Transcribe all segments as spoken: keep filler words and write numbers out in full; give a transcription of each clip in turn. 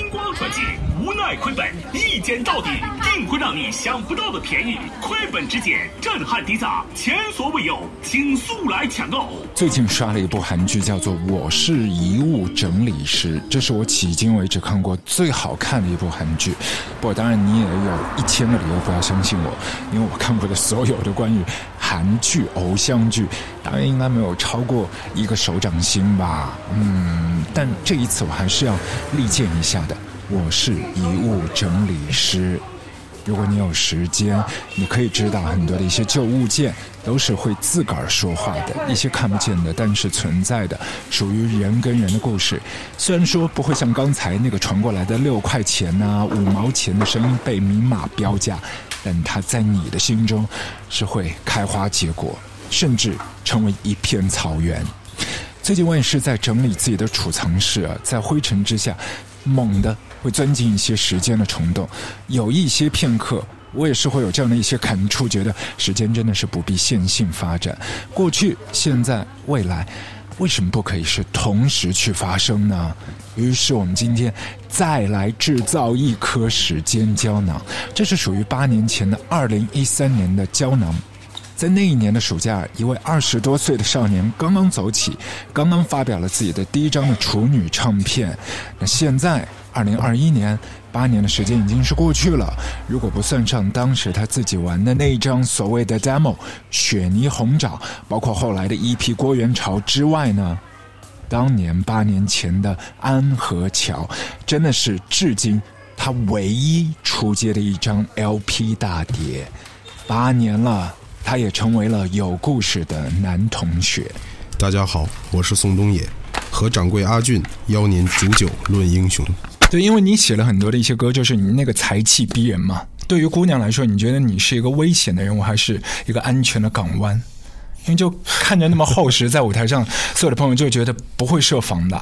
光传奇，无奈亏本，一捡到底，定会让你想不到的便宜。亏本之捡，震撼低价，前所未有，请速来抢购。 最近刷了一部韩剧，叫做《我是遗物整理师》，这是我迄今为止看过最好看的一部韩剧。不过当然你也有一千个理由不要相信我，因为我看过的所有的关于韩剧、偶像剧，大概应该没有超过一个手掌心吧。嗯，但这一次我还是要力荐一下的。我是遗物整理师。如果你有时间，你可以知道很多的一些旧物件都是会自个儿说话的，一些看不见的但是存在的属于人跟人的故事。虽然说不会像刚才那个传过来的六块钱啊五毛钱的声音被明码标价，但它在你的心中是会开花结果，甚至成为一片草原。最近我也是在整理自己的储藏室啊，在灰尘之下猛地会钻进一些时间的虫洞，有一些片刻我也是会有这样的一些感触，觉得时间真的是不必线性发展，过去现在未来为什么不可以是同时去发生呢？于是我们今天再来制造一颗时间胶囊，这是属于八年前的二零一三年的胶囊。在那一年的暑假，一位二十多岁的少年刚刚走起，刚刚发表了自己的第一张的处女唱片。那现在二零二一年，八年的时间已经是过去了，如果不算上当时他自己玩的那一张所谓的 demo 雪泥红爪，包括后来的 E P 郭元潮之外呢，当年八年前的安和桥真的是至今他唯一出街的一张 L P 大碟。八年了，他也成为了有故事的男同学。 大家好，我是宋冬野，和掌柜阿俊邀您煮酒论英雄。 对，因为你写了很多的一些歌，就是你那个才气逼人嘛。对于姑娘来说，你觉得你是一个危险的人物，还是一个安全的港湾？因为就看着那么厚实，在舞台上，所有的朋友就觉得不会设防的。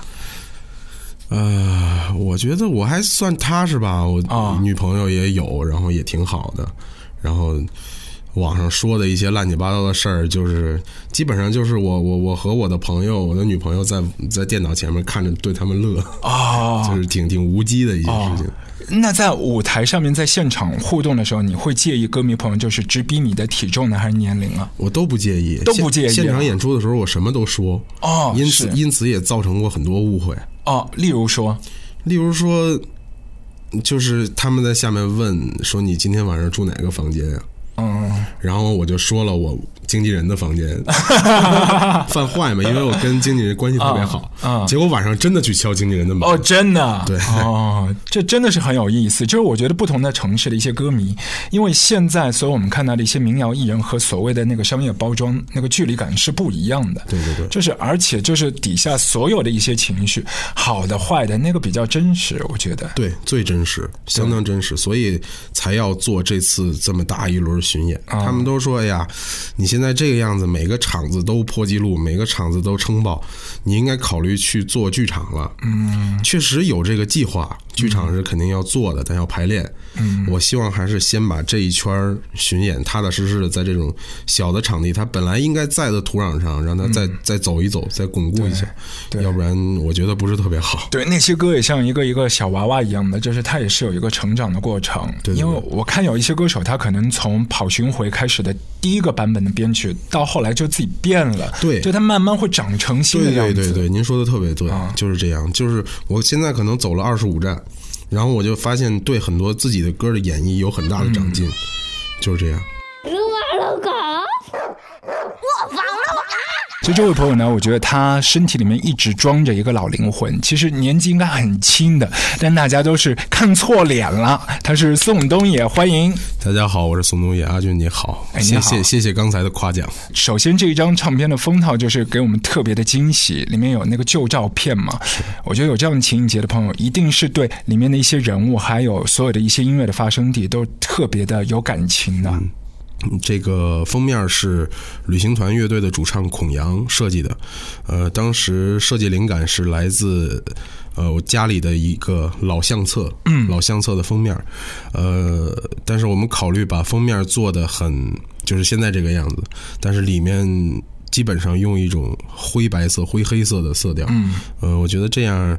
呃，我觉得我还算踏实吧，我、哦、女朋友也有，然后也挺好的，然后网上说的一些乱七八糟的事儿，就是基本上就是我我我和我的朋友，我的女朋友在在电脑前面看着对他们乐，哦，就是挺挺无稽的一件事情。哦， 那在舞台上面，在现场互动的时候，你会介意歌迷朋友就是直逼你的体重呢，还是年龄啊？ 我都不介意， 都不介意。 现场演出的时候，我什么都说，哦，因此因此也造成过很多误会。 哦，例如说， 例如说，就是他们在下面问说你今天晚上住哪个房间啊？嗯，然后我就说了我经纪人的房间，犯坏嘛，因为我跟经纪人关系特别好，啊，结果晚上真的去敲经纪人的门。 哦，真的， 对， 哦，这真的是很有意思。就是我觉得不同的城市的一些歌迷，因为现在所有我们看到的一些民谣艺人和所谓的那个商业包装，那个距离感是不一样的。 对对对， 就是而且就是底下所有的一些情绪，好的坏的，那个比较真实，我觉得。 对，最真实，相当真实，所以才要做这次这么大一轮巡演。他们都说，哎呀，你现在这个样子，每个场子都破纪录，每个场子都撑爆，你应该考虑去做剧场了。嗯，确实有这个计划，剧场是肯定要做的，但要排练。嗯，我希望还是先把这一圈巡演踏踏实实的在这种小的场地，它本来应该在的土壤上，让它再、嗯、再走一走，再巩固一下，要不然我觉得不是特别好。 对，那些歌也像一个一个小娃娃一样的，就是它也是有一个成长的过程。 对对对， 因为我看有一些歌手，他可能从跑巡回开始的第一个版本的编曲，到后来就自己变了。 对， 就他慢慢会长成新的样子。 对对对对，您说的特别对、啊，就是这样。就是我现在可能走了二十五站。然后我就发现对很多自己的歌的演绎有很大的长进、嗯、就是这样。 我防了我。所以这位朋友呢，我觉得他身体里面一直装着一个老灵魂，其实年纪应该很轻的，但大家都是看错脸了。他是宋冬野，欢迎。 大家好，我是宋冬野，阿俊你好，哎、你好谢谢谢谢刚才的夸奖。 首先这一张唱片的封套就是给我们特别的惊喜，里面有那个旧照片嘛，我觉得有这样情节的朋友一定是对里面的一些人物还有所有的一些音乐的发生地都特别的有感情的。嗯， 这个封面是旅行团乐队的主唱孔阳设计的，呃，当时设计灵感是来自呃我家里的一个老相册，嗯，老相册的封面，呃，但是我们考虑把封面做得很就是现在这个样子，但是里面基本上用一种灰白色、灰黑色的色调，嗯，呃，我觉得这样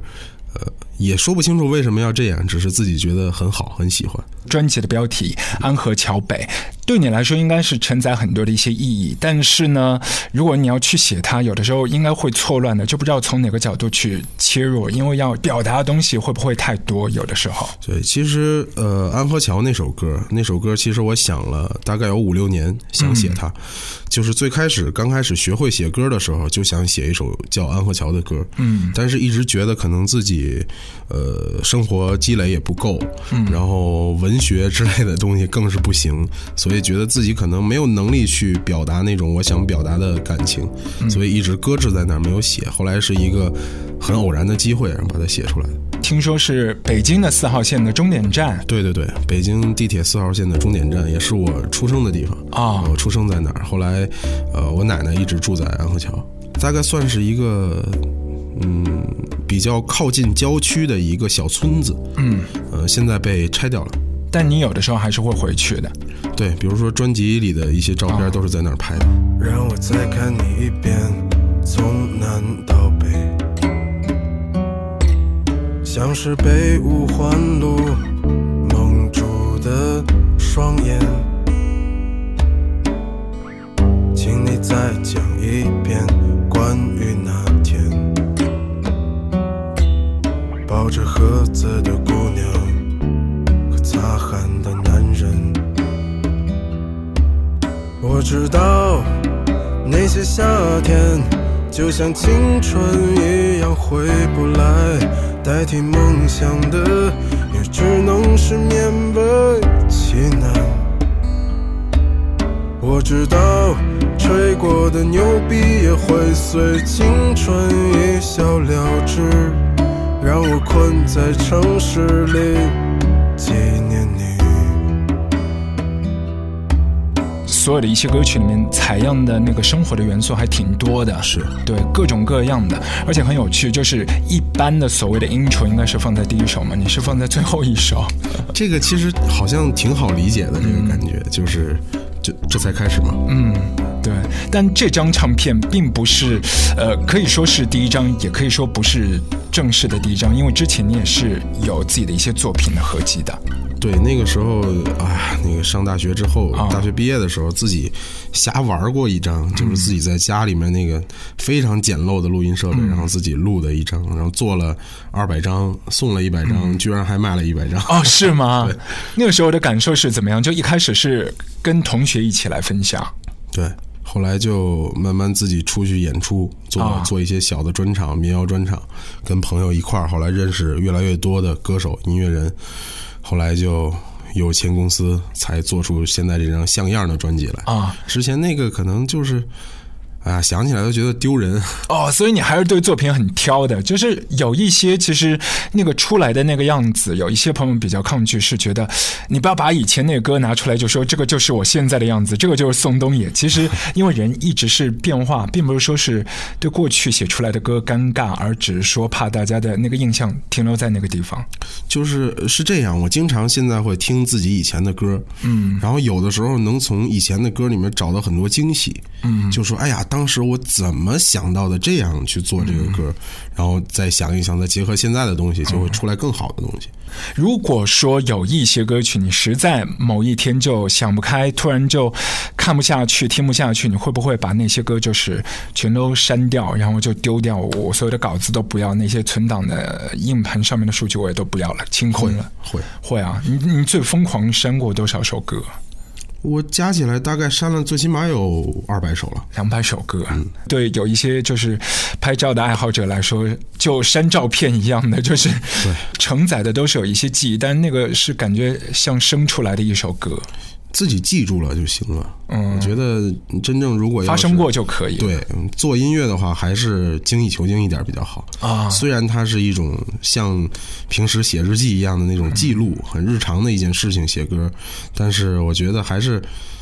呃，也说不清楚为什么要这样，只是自己觉得很好，很喜欢。 专辑的标题《安河桥北》对你来说应该是承载很多的一些意义，但是呢，如果你要去写它，有的时候应该会错乱的，就不知道从哪个角度去切入，因为要表达的东西会不会太多？有的时候， 对，其实呃，《安河桥》那首歌，那首歌其实我想了大概有五六年，想写它。嗯，就是最开始刚开始学会写歌的时候，就想写一首叫《安河桥》的歌，嗯，但是一直觉得可能自己呃生活积累也不够，嗯，然后文学之类的东西更是不行，所以觉得自己可能没有能力去表达那种我想表达的感情，嗯，所以一直搁置在那儿没有写。后来是一个很偶然的机会，然后把它写出来。 听说是北京的四号线的终点站。 对对对，北京地铁四号线的终点站，也是我出生的地方啊，哦，我出生在那儿。后来，呃，我奶奶一直住在安河桥，大概算是一个嗯比较靠近郊区的一个小村子。嗯，呃，现在被拆掉了。 但你有的时候还是会回去的。 对，比如说专辑里的一些照片都是在那儿拍的。 让我再看你一遍，从南到北。像是被五环路蒙住的双眼，请你再讲一遍关于那天抱着盒子的姑娘和擦汗的男人。我知道那些夏天就像青春一样回不来，代替梦想的也只能是勉为其难。我知道吹过的牛逼也会随青春一笑了之，让我困在城市里纪念你。 所有的一些歌曲里面采样的那个生活的元素还挺多的， 是对各种各样的，而且很有趣。就是一般的所谓的 intro 应该是放在第一首嘛，你是放在最后一首。 这个其实好像挺好理解的，这个感觉，嗯，就是这这才开始嘛。 嗯，对。但这张唱片并不是，呃，可以说是第一张，也可以说不是正式的第一张，因为之前你也是有自己的一些作品的合集的。 对，那个时候啊，那个上大学之后，哦，大学毕业的时候，自己瞎玩过一张，就是自己在家里面那个非常简陋的录音设备，嗯，然后自己录的一张，然后做了二百张，送了一百张，嗯，居然还卖了一百张。 哦，是吗？对，那个时候的感受是怎么样？就一开始是跟同学一起来分享， 对。后来就慢慢自己出去演出，做，哦，做一些小的专场，民谣专场，跟朋友一块儿，后来认识越来越多的歌手、音乐人，后来就有签公司，才做出现在这张像样的专辑来啊。之前那个可能就是。啊，想起来都觉得丢人哦，所以你还是对作品很挑的，就是有一些其实那个出来的那个样子，有一些朋友比较抗拒，是觉得你不要把以前那个歌拿出来就说这个就是我现在的样子，这个就是宋冬野。其实因为人一直是变化，并不是说是对过去写出来的歌尴尬，而只是说怕大家的那个印象停留在那个地方。 就是是这样，我经常现在会听自己以前的歌，嗯，然后有的时候能从以前的歌里面找到很多惊喜，嗯，就说哎呀，当时我怎么想到的这样去做这个歌，嗯，然后再想一想，再结合现在的东西，就会出来更好的东西。 如果说有一些歌曲你实在某一天就想不开，突然就看不下去，听不下去，你会不会把那些歌就是全都删掉，然后就丢掉，我所有的稿子都不要，那些存档的硬盘上面的数据我也都不要了，清空了？ 会会啊！你你最疯狂删过多少首歌？ 我加起来大概删了最起码有二百首了， 两百首歌。嗯，对，有一些就是拍照的爱好者来说，就删照片一样的，就是承载的都是有一些记忆，但那个是感觉像生出来的一首歌。 自己记住了就行了。嗯，我觉得真正如果要发生过就可以。 对，做音乐的话还是精益求精一点比较好啊。虽然它是一种像平时写日记一样的那种记录，很日常的一件事情写歌，但是我觉得还是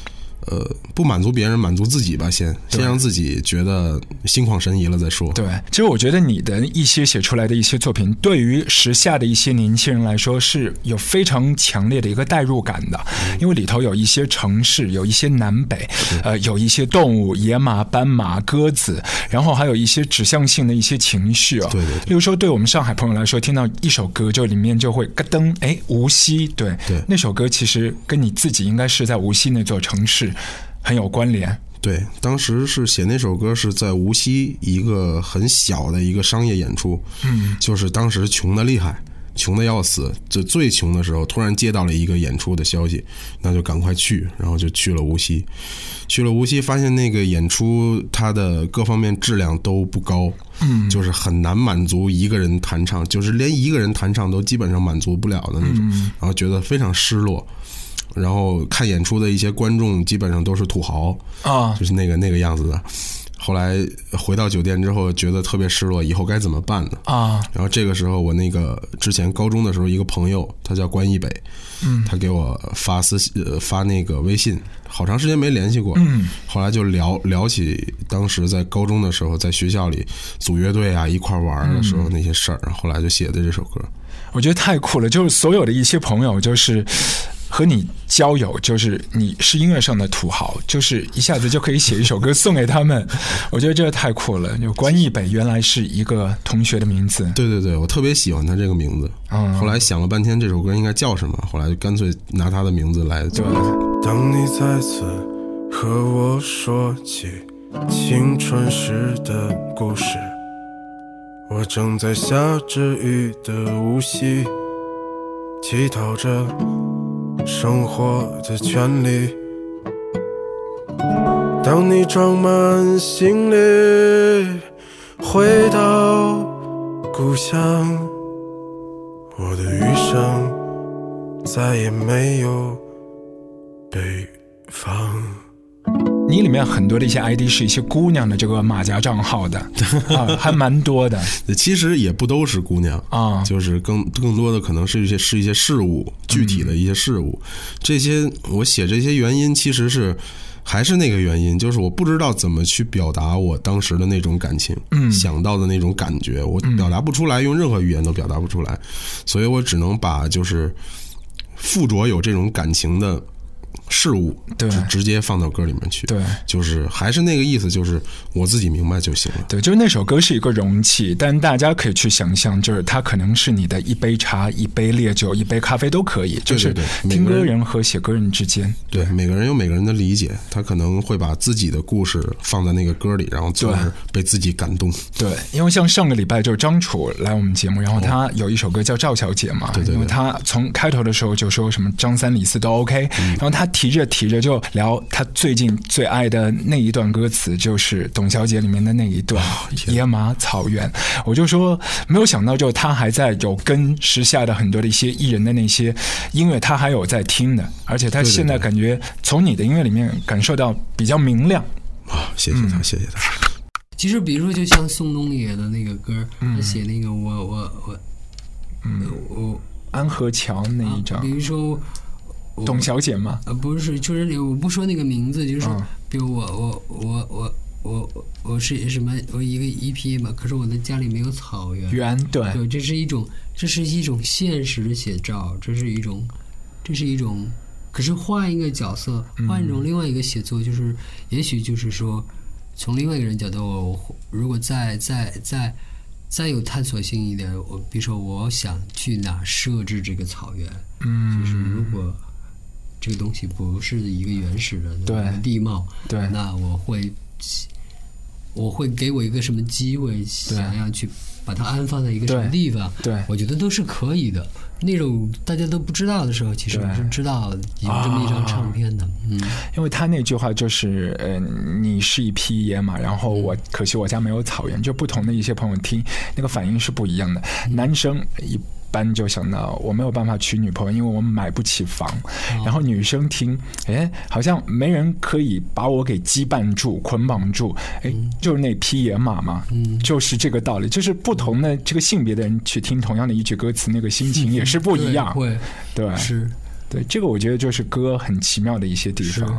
呃，不满足别人，满足自己吧，先先让自己觉得心旷神怡了再说。 对，其实我觉得你的一些写出来的一些作品，对于时下的一些年轻人来说是有非常强烈的一个代入感的，嗯、因为里头有一些城市，有一些南北，呃，有一些动物，野马、斑马、鸽子，然后还有一些指向性的一些情绪哦。 对对对。 例如说，对我们上海朋友来说，听到一首歌，就里面就会咯噔，哎，无锡，对对， 那首歌其实跟你自己应该是在无锡那座城市很有关联。 对，当时是写那首歌是在无锡一个很小的一个商业演出，嗯，就是当时穷的厉害，穷的要死，就最穷的时候，突然接到了一个演出的消息，那就赶快去，然后就去了无锡。去了无锡，发现那个演出它的各方面质量都不高，嗯，就是很难满足一个人弹唱，就是连一个人弹唱都基本上满足不了的那种，嗯、然后觉得非常失落。然后看演出的一些观众基本上都是土豪啊，就是那个那个样子的。后来回到酒店之后，觉得特别失落，以后该怎么办呢？啊！然后这个时候，我那个之前高中的时候，一个朋友，他叫关一北，嗯，他给我发私呃发那个微信，好长时间没联系过，嗯，后来就聊聊起当时在高中的时候，在学校里组乐队啊，一块玩的时候那些事儿，嗯、后来就写的这首歌。 我觉得太酷了，就是所有的一些朋友，就是和你交友，就是你是音乐上的土豪，就是一下子就可以写一首歌送给他们。我觉得这太酷了。就关一北原来是一个同学的名字， 对对对，我特别喜欢他这个名字。嗯，后来想了半天这首歌应该叫什么，后来就干脆拿他的名字来做。 当你再次和我说起青春时的故事，我正在下着雨的无锡，乞讨着生活的权利。当你装满行李回到故乡，我的余生再也没有北方。 你里面很多的一些 I D 是一些姑娘的这个马甲账号的啊，还蛮多的。 其实也不都是姑娘啊，就是更更多的可能是一些是一些事物，具体的一些事物。嗯、这些我写这些原因其实是还是那个原因，就是我不知道怎么去表达我当时的那种感情，嗯，想到的那种感觉，我表达不出来，用任何语言都表达不出来，所以我只能把就是附着有这种感情的事物对直接放到歌里面去，对，就是还是那个意思，就是我自己明白就行了。 对，就是那首歌是一个容器，但大家可以去想象，就是它可能是你的一杯茶、一杯烈酒、一杯咖啡都可以，就是听歌人和写歌人之间。 对，每个人有每个人的理解，他可能会把自己的故事放在那个歌里，然后就是被自己感动。 对，因为像上个礼拜就是张楚来我们节目，然后他有一首歌叫《赵小姐》嘛，对对对，因为他从开头的时候就说什么张三李四都 OK，嗯、然后他提着提着就聊他最近最爱的那一段歌词，就是董小姐里面的那一段、哦、野马草原。我就说没有想到，就他还在有跟时下的很多的一些艺人的那些音乐他还有在听的，而且他现在感觉从你的音乐里面感受到比较明亮啊、哦！谢谢他、嗯、谢谢他。 其实比如说就像宋冬野的那个歌，他写那个我我我嗯我安河桥那一张、啊、 比如说董小姐吗？ 呃，不是，就是我不说那个名字，就是说，嗯、比如我我我我我我是什么？我一个一匹马，可是我的家里没有草原。 原对对，这是一种，这是一种现实的写照，这是一种，这是一种。可是换一个角色，换一种另外一个写作，就是、嗯、也许就是说，从另外一个人角度，我如果再再再再有探索性一点，我比如说我想去哪设置这个草原，嗯，就是如果。这个东西不是一个原始的地貌，对，那我会我会给我一个什么机会，想要去把它安放在一个什么地方？对，对我觉得都是可以的。那种大家都不知道的时候，其实我是知道有这么一张唱片的。嗯， 因为他那句话就是呃，你是一匹野马，然后我可惜我家没有草原，就不同的一些朋友听那个反应是不一样的。嗯、男生一般就想到我没有办法娶女朋友，因为我买不起房。哦、然后女生听，哎，好像没人可以把我给羁绊住、捆绑住，哎，嗯、就是那匹野马嘛，嗯，就是这个道理。就是不同的这个性别的人去听同样的一句歌词，那个心情也是不一样。 会， 对， 是， 对，这个我觉得就是歌很奇妙的一些地方。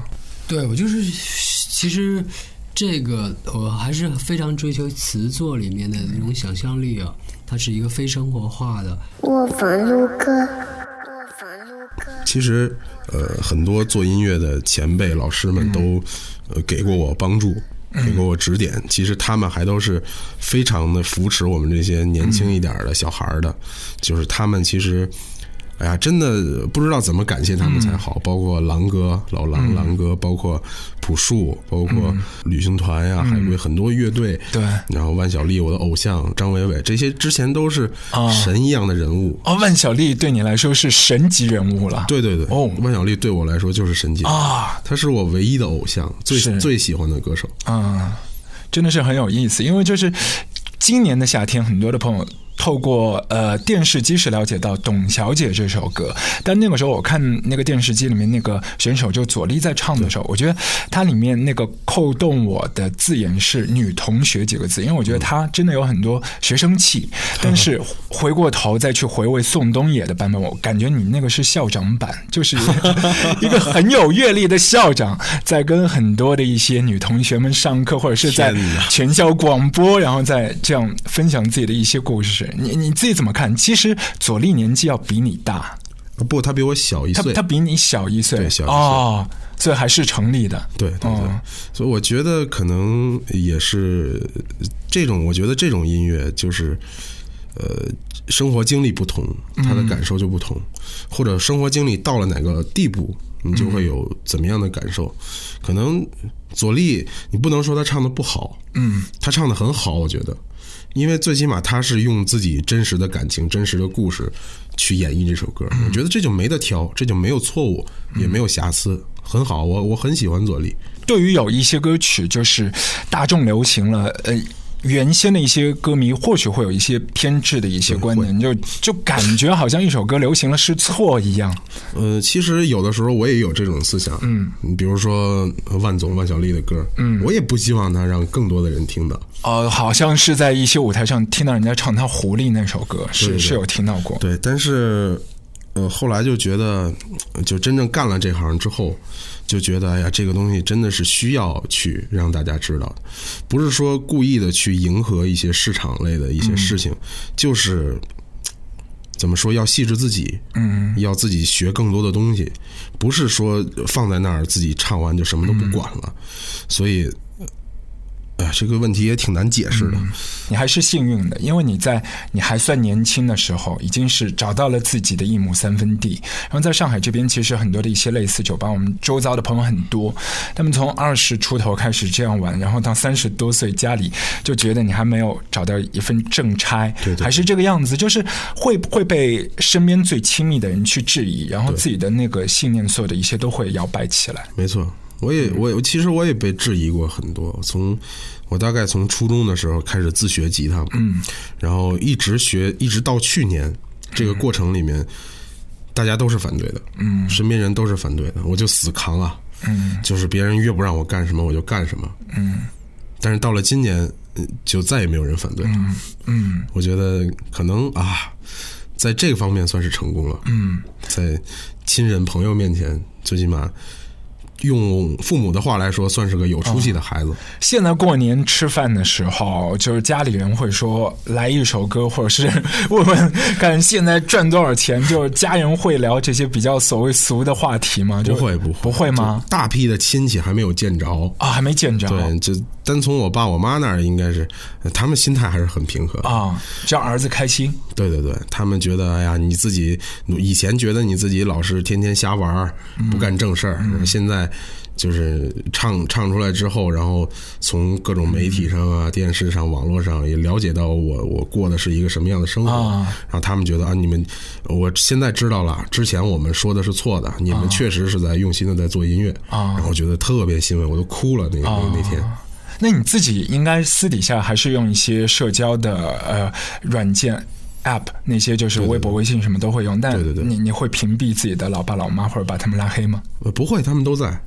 对，我就是其实这个我还是非常追求词作里面的那种想象力啊，它是一个非生活化的。 卧房录歌。 其实，呃，很多做音乐的前辈老师们都，呃，给过我帮助，给过我指点。其实他们还都是非常的扶持我们这些年轻一点的小孩的，就是他们其实，哎呀，真的不知道怎么感谢他们才好。包括狼哥、老狼、狼哥，包括朴树，包括旅行团呀、海龟，很多乐队。对，然后万晓利，我的偶像张伟伟，这些之前都是神一样的人物。 哦，万晓利对你来说是神级人物了。 对对对，哦，万晓利对我来说就是神级啊，他是我唯一的偶像，最最喜欢的歌手啊，真的是很有意思。因为就是今年的夏天，很多的朋友透过呃电视机是了解到《董小姐》这首歌，但那个时候我看那个电视机里面那个选手就左立在唱的时候，我觉得它里面那个扣动我的字眼是女同学几个字，因为我觉得它真的有很多学生气，但是回过头再去回味宋冬野的版本，我感觉你那个是校长版，就是一个很有阅历的校长在跟很多的一些女同学们上课，或者是在全校广播，然后再这样分享自己的一些故事。你你自己怎么看？其实左立年纪要比你大， 不，他比我小一岁， 他他比你小一岁， 对，小一岁哦，所以还是成立的。 对对对、哦，所以我觉得可能也是这种，我觉得这种音乐就是呃，生活经历不同，他的感受就不同、嗯，或者生活经历到了哪个地步，你就会有怎么样的感受。嗯、可能左立，你不能说他唱的不好，嗯，他唱的很好，我觉得。因为最起码他是用自己真实的感情、真实的故事去演绎这首歌，我觉得这就没得挑，这就没有错误，也没有瑕疵，很好。我我很喜欢左立。 对于有一些歌曲就是大众流行了，呃。原先的一些歌迷或许会有一些偏执的一些观点，就就感觉好像一首歌流行了是错一样。 呃，其实有的时候我也有这种思想，嗯，比如说万总万晓利的歌，嗯，我也不希望他让更多的人听到。 呃，好像是在一些舞台上听到人家唱他狐狸那首歌，是对对对是有听到过。 对，但是呃后来就觉得，就真正干了这行之后。就觉得哎呀，这个东西真的是需要去让大家知道的，不是说故意的去迎合一些市场类的一些事情，嗯、就是怎么说要细致自己，嗯，要自己学更多的东西，不是说放在那儿自己唱完就什么都不管了，嗯、所以。哎，这个问题也挺难解释的、嗯。 你还是幸运的，因为你在你还算年轻的时候，已经是找到了自己的一亩三分地。然后在上海这边，其实很多的一些类似酒吧，我们周遭的朋友很多，他们从二十出头开始这样玩，然后到三十多岁，家里就觉得你还没有找到一份正差， 对对， 还是这个样子，就是会会被身边最亲密的人去质疑，然后自己的那个信念，所有的一切都会摇摆起来。 没错。我也我其实我也被质疑过很多，从我大概从初中的时候开始自学吉他，嗯，然后一直学一直到去年，这个过程里面，大家都是反对的，嗯，身边人都是反对的，我就死扛啊，嗯，就是别人越不让我干什么我就干什么，嗯，但是到了今年就再也没有人反对了，嗯，嗯我觉得可能啊，在这个方面算是成功了，嗯，在亲人朋友面前最起码。用父母的话来说，算是个有出息的孩子。 哦、现在过年吃饭的时候，就是家里人会说来一首歌，或者是问问看现在赚多少钱，就是家人会聊这些比较所谓俗的话题吗？ 不会，不会， 不会吗？ 大批的亲戚还没有见着啊，还没见着。 对，就单从我爸我妈那儿，应该是他们心态还是很平和啊，让儿子开心。 对对对，他们觉得哎呀，你自己以前觉得你自己老是天天瞎玩，嗯、不干正事儿，嗯、现在。就是唱唱出来之后，然后从各种媒体上啊、电视上、网络上也了解到我我过的是一个什么样的生活，啊、然后他们觉得啊，你们我现在知道了，之前我们说的是错的，你们确实是在用心的在做音乐，啊、然后我觉得特别欣慰，我都哭了那个、啊、那天。 那你自己应该私底下还是用一些社交的呃软件。app 那些就是微博、微信什么都会用，但你你会屏蔽自己的老爸老妈或者把他们拉黑吗？ 呃，不会，他们都在。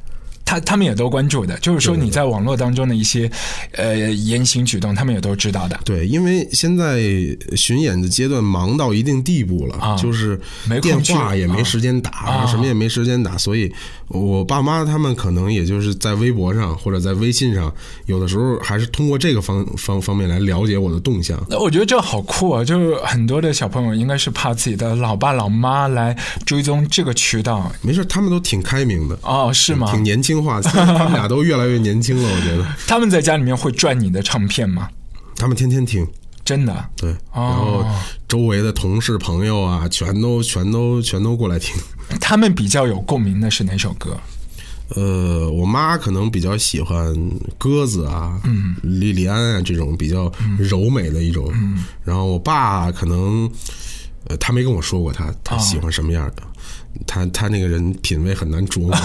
他他们也都关注的，就是说你在网络当中的一些呃言行举动，他们也都知道的。 对，因为现在巡演的阶段忙到一定地步了，啊、就是电话也没时间打，啊、什么也没时间打，所以我爸妈他们可能也就是在微博上或者在微信上，有的时候还是通过这个方方方面来了解我的动向。 我觉得这好酷啊！就是很多的小朋友应该是怕自己的老爸老妈来追踪这个渠道。 没事，他们都挺开明的。 哦，是吗？ 挺年轻化，他们俩都越来越年轻了，我觉得。 他们在家里面会转你的唱片吗？ 他们天天听。 真的？ 对。然后周围的同事朋友啊，全都全都全都过来听。 他们比较有共鸣的是哪首歌？ 呃，我妈可能比较喜欢鸽子啊，嗯，莉莉安啊这种比较柔美的一种，嗯，然后我爸可能，呃，他没跟我说过他他喜欢什么样的，哦、他他那个人品味很难琢磨。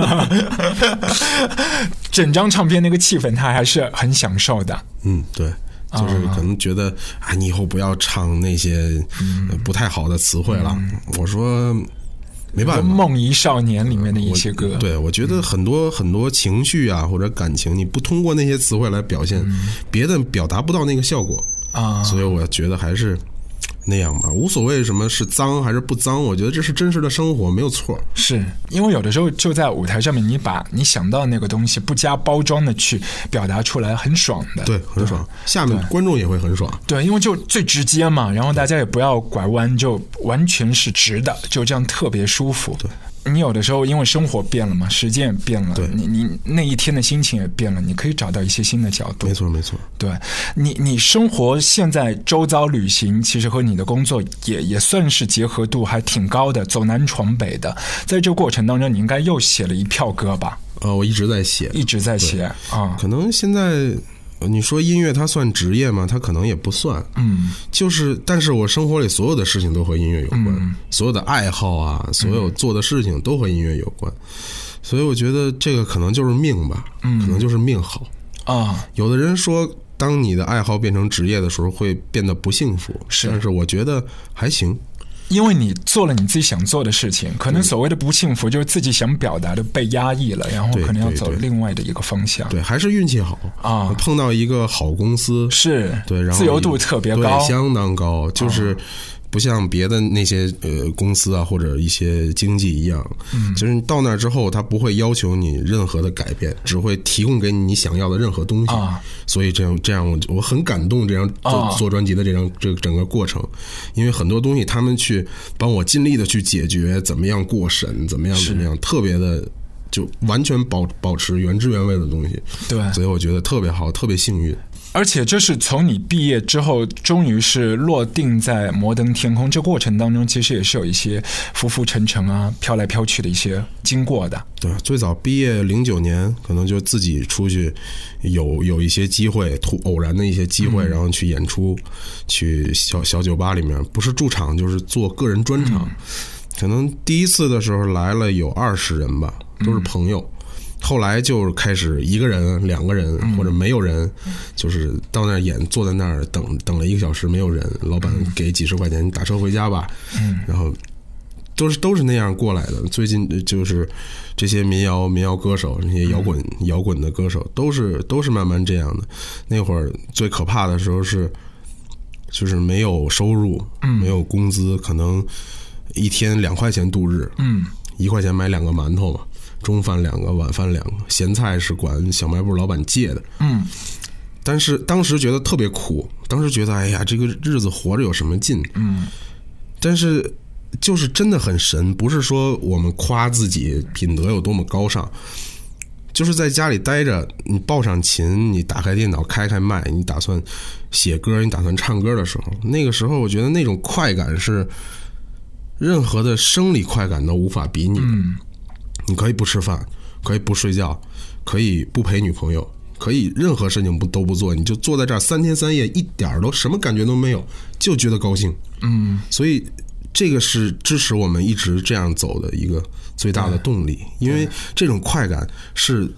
整张唱片那个气氛他还是很享受的， 嗯，对。就是可能觉得啊，你以后不要唱那些不太好的词汇了。嗯、我说。没办法， 梦遗少年里面的一些歌， 我对我觉得很多、嗯、很多情绪啊或者感情，你不通过那些词汇来表现，嗯、别的表达不到那个效果啊。所以我觉得还是那样吧，无所谓什么是脏还是不脏，我觉得这是真实的生活，没有错。 是因为有的时候就在舞台上面，你把你想到的那个东西不加包装的去表达出来，很爽的。 对，很爽。下面观众也会很爽。 对，因为就最直接嘛，然后大家也不要拐弯，就完全是直的，就这样特别舒服。 对。 你有的时候因为生活变了嘛，时间也变了， 对， 你你那一天的心情也变了，你可以找到一些新的角度。 没错没错， 对你你生活现在周遭旅行，其实和你的工作也也算是结合度还挺高的，走南闯北的。在这个过程当中，你应该又写了一票歌吧？ 呃，我一直在写， 一直在写啊。 可能现在。你说音乐它算职业吗？它可能也不算，嗯，就是，但是我生活里所有的事情都和音乐有关，嗯、所有的爱好啊，所有做的事情都和音乐有关，嗯、所以我觉得这个可能就是命吧，嗯、可能就是命好啊。有的人说，当你的爱好变成职业的时候，会变得不幸福， 是， 但是我觉得还行。 因为你做了你自己想做的事情，可能所谓的不幸福就是自己想表达的被压抑了，然后可能要走另外的一个方向。 对，还是运气好啊，碰到一个好公司， 是对，然后自由度特别高， 对，相当高，就是。啊不像别的那些呃公司啊或者一些经济一样，嗯，就是到那之后，他不会要求你任何的改变，只会提供给你你想要的任何东西。啊、所以这样这样我我很感动，这样做做专辑的这样这个整个过程，因为很多东西他们去帮我尽力的去解决，怎么样过审，怎么样怎么样，特别的就完全保保持原汁原味的东西。 对， 所以我觉得特别好，特别幸运。 而且这是从你毕业之后终于是落定在摩登天空，这过程当中其实也是有一些浮浮沉沉啊飘来飘去的一些经过的。 对，最早毕业零九年可能就自己出去有有一些机会，突偶然的一些机会，嗯、然后去演出，去小小酒吧里面，不是驻场就是做个人专场，嗯、可能第一次的时候来了有二十人吧，都是朋友。嗯后来就开始一个人、两个人或者没有人，嗯、就是到那儿演，坐在那儿等等了一个小时，没有人，老板给几十块钱，你打车回家吧。嗯，然后都是都是那样过来的。最近就是这些民谣民谣歌手，那些摇滚、嗯、摇滚的歌手，都是都是慢慢这样的。那会儿最可怕的时候是，就是没有收入，嗯、没有工资，可能一天两块钱度日，嗯，一块钱买两个馒头嘛。中饭两个，晚饭两个，咸菜是管小卖部老板借的。嗯，但是当时觉得特别苦，当时觉得哎呀，这个日子活着有什么劲？嗯，但是就是真的很神，不是说我们夸自己品德有多么高尚，就是在家里待着，你抱上琴，你打开电脑开开麦，你打算写歌，你打算唱歌的时候，那个时候我觉得那种快感是任何的生理快感都无法比拟的。嗯，你可以不吃饭，可以不睡觉，可以不陪女朋友，可以任何事情不都不做，你就坐在这儿三天三夜，一点都什么感觉都没有，就觉得高兴。嗯，所以这个是支持我们一直这样走的一个最大的动力，因为这种快感是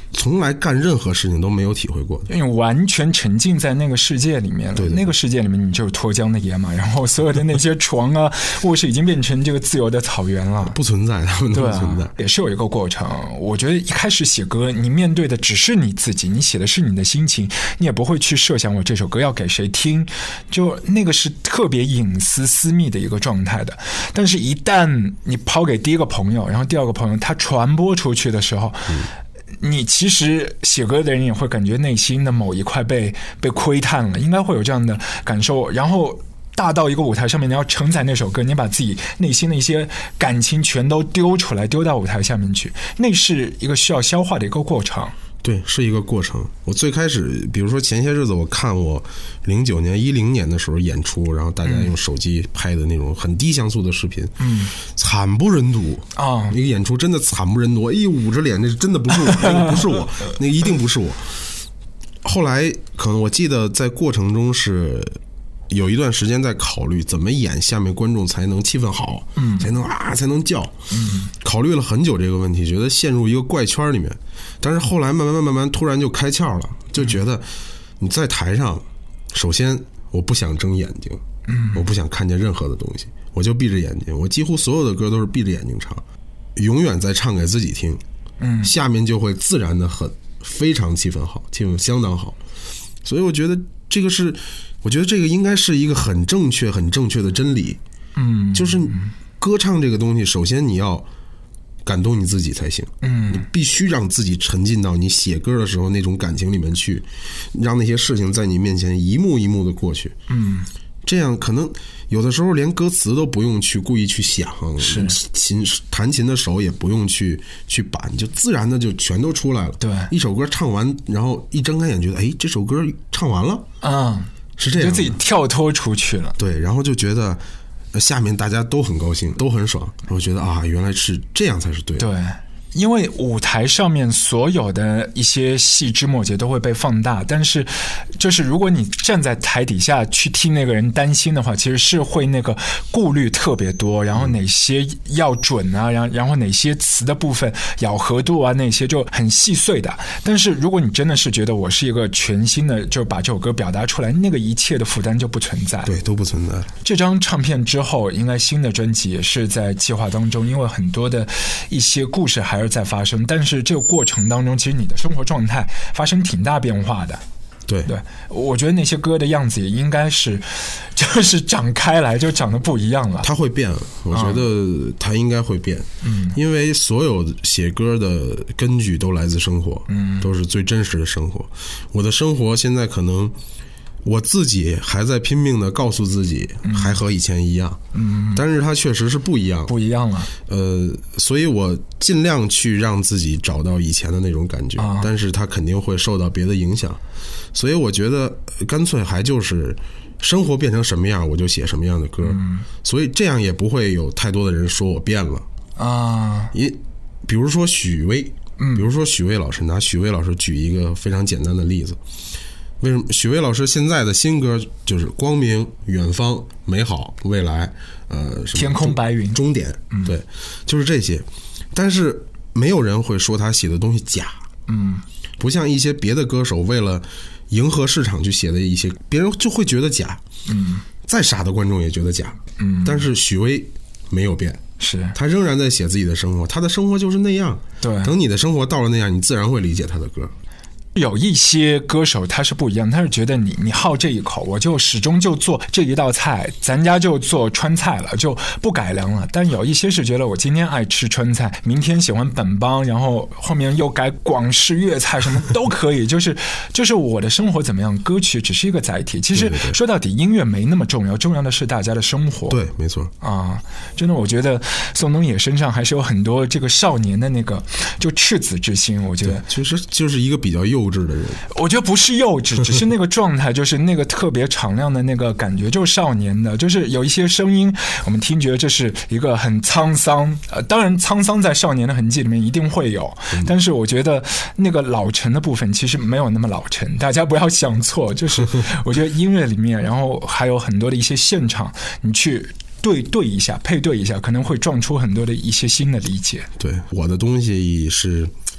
从来干任何事情都没有体会过的， 因为完全沉浸在那个世界里面了。 对对对， 那个世界里面你就是脱缰的野马，然后所有的那些床啊、卧室已经变成这个自由的草原了， 不存在，他们都不存在。 啊、也是有一个过程。我觉得一开始写歌，你面对的只是你自己，你写的是你的心情，你也不会去设想我这首歌要给谁听，就那个是特别隐私私密的一个状态的。但是一旦你抛给第一个朋友，然后第二个朋友他传播出去的时候，嗯，你其实写歌的人也会感觉内心的某一块被被窥探了，应该会有这样的感受。然后大到一个舞台上面，你要承载那首歌，你把自己内心的一些感情全都丢出来，丢到舞台下面去，那是一个需要消化的一个过程。 对，是一个过程。我最开始，比如说前些日子，我看我零九年、一零年的时候演出，然后大家用手机拍的那种很低像素的视频，嗯，惨不忍睹啊！那个演出真的惨不忍睹，哎，捂着脸，那真的不是我，那个不是我，那个一定不是我。后来可能我记得在过程中是有一段时间在考虑怎么演下面观众才能气氛好，嗯，才能啊才能叫，嗯，考虑了很久这个问题，觉得陷入一个怪圈里面。但是后来慢慢慢慢突然就开窍了，就觉得你在台上，首先我不想睁眼睛，嗯，我不想看见任何的东西，我就闭着眼睛，我几乎所有的歌都是闭着眼睛唱，永远在唱给自己听，嗯，下面就会自然的很非常气氛好，气氛相当好。所以我觉得这个是。我觉得这个应该是一个很正确、很正确的真理，嗯，就是歌唱这个东西，首先你要感动你自己才行，嗯，你必须让自己沉浸到你写歌的时候那种感情里面去，让那些事情在你面前一幕一幕的过去，嗯，这样可能有的时候连歌词都不用去故意去想，是琴弹琴的手也不用去去板，就自然的就全都出来了。对，一首歌唱完，然后一睁开眼觉得，哎，这首歌唱完了，啊。是这样， 就自己跳脱出去了。 对，然后就觉得下面大家都很高兴，都很爽。我觉得啊，原来是这样才是对的。 对。因为舞台上面所有的一些细枝末节都会被放大，但是就是如果你站在台底下去替那个人担心的话，其实是会那个顾虑特别多，然后哪些要准啊，然后然后哪些词的部分咬合度啊，那些就很细碎的。但是如果你真的是觉得我是一个全新的，就把这首歌表达出来，那个一切的负担就不存在。 对，都不存在。 这张唱片之后，应该新的专辑也是在计划当中，因为很多的一些故事还是在发生，但是这个过程当中，其实你的生活状态发生挺大变化的。 对对，我觉得那些歌的样子也应该是，就是长开来就长得不一样了。 它会变，我觉得它应该会变，嗯，因为所有写歌的根据都来自生活，嗯，都是最真实的生活。我的生活现在可能。我自己还在拼命的告诉自己还和以前一样，嗯，但是它确实是不一样不一样了， 呃，所以我尽量去让自己找到以前的那种感觉，啊，但是它肯定会受到别的影响，所以我觉得干脆还就是生活变成什么样我就写什么样的歌，嗯，所以这样也不会有太多的人说我变了啊。也比如说许巍，嗯，比如说许巍老师，拿许巍老师举一个非常简单的例子。为什么许巍老师现在的新歌就是光明、远方、美好、未来，呃， 天空白云、 终点，嗯，对，就是这些。但是没有人会说他写的东西假，嗯，不像一些别的歌手为了迎合市场去写的一些，别人就会觉得假，嗯，再傻的观众也觉得假，嗯。但是许巍没有变， 是他仍然在写自己的生活，他的生活就是那样。 对， 等你的生活到了那样，你自然会理解他的歌。 有一些歌手他是不一样，他是觉得你你好这一口，我就始终就做这一道菜，咱家就做川菜了，就不改良了。但有一些是觉得我今天爱吃川菜，明天喜欢本帮，然后后面又改广式粤菜，什么都可以。就是就是我的生活怎么样，歌曲只是一个载体。其实说到底，音乐没那么重要，重要的是大家的生活。 对，没错啊，真的，我觉得宋冬野身上还是有很多这个少年的那个就赤子之心。我觉得其实就是一个比较幼稚的人， 我觉得不是幼稚，只是那个状态，就是那个特别敞亮的那个感觉，就是少年的，就是有一些声音，我们听觉得这是一个很沧桑，呃，当然沧桑在少年的痕迹里面一定会有，嗯，但是我觉得那个老成的部分其实没有那么老成，大家不要想错，就是我觉得音乐里面，然后还有很多的一些现场，你去对对一下，配对一下，可能会撞出很多的一些新的理解。 对，我的东西是。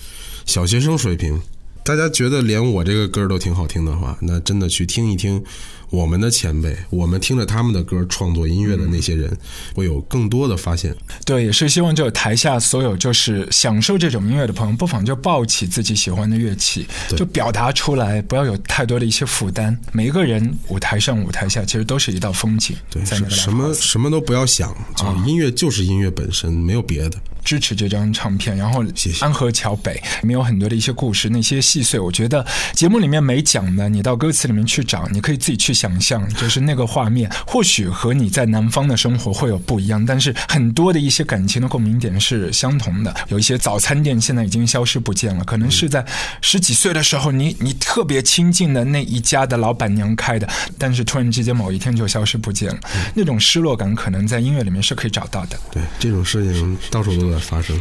小学生水平。大家觉得连我这个歌都挺好听的话，那真的去听一听我们的前辈，我们听着他们的歌创作音乐的那些人，会有更多的发现。 对，也是希望就台下所有就是享受这种音乐的朋友，不妨就抱起自己喜欢的乐器，就表达出来，不要有太多的一些负担。每一个人舞台上舞台下其实都是一道风景。 对，什么什么都不要想，就音乐就是音乐本身，没有别的。 支持这张唱片，然后安河桥北里面有很多的一些故事，那些细碎我觉得节目里面没讲的，你到歌词里面去找，你可以自己去想象，就是那个画面或许和你在南方的生活会有不一样，但是很多的一些感情的共鸣点是相同的。有一些早餐店现在已经消失不见了，可能是在十几岁的时候你你特别亲近的那一家的老板娘开的，但是突然之间某一天就消失不见了，那种失落感可能在音乐里面是可以找到的。 对，这种事情到处都在发生。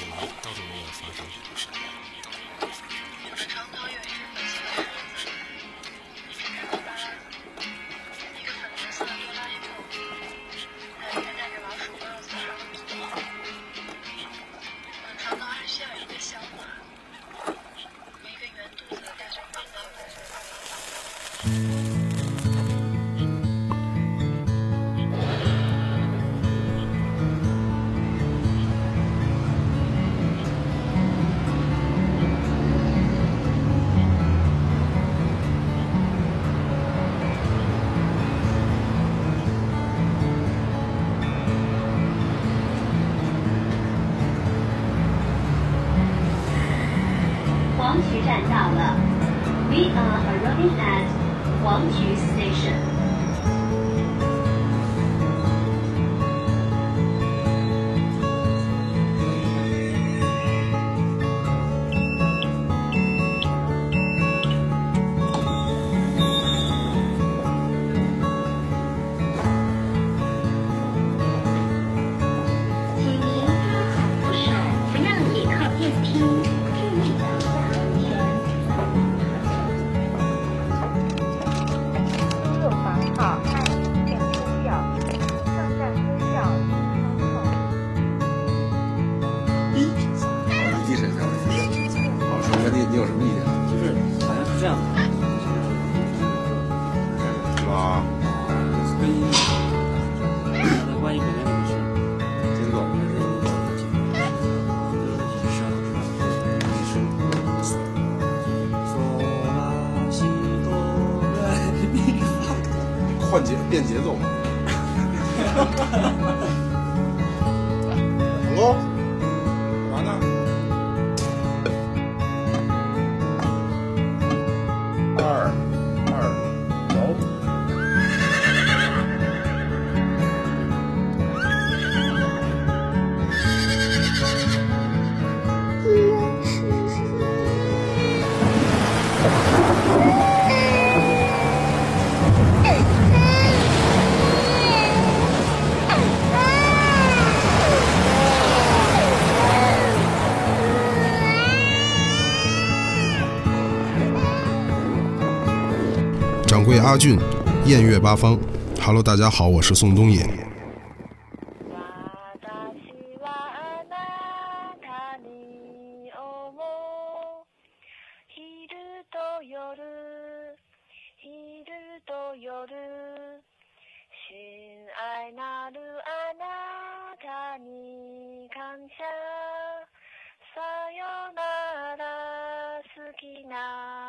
黄渠站到了 ，We are arriving at 黄渠 Station。 你有什么意见？就是好像是这样的，是吧？跟音乐关于北京这个事，节奏，是啊是啊，是。嗦拉西哆来咪发，换节变节奏。走。干嘛呢？二二走。 掌柜阿俊，艳乐八方。Hello， 大家好，我是宋冬野。 さよなら好きな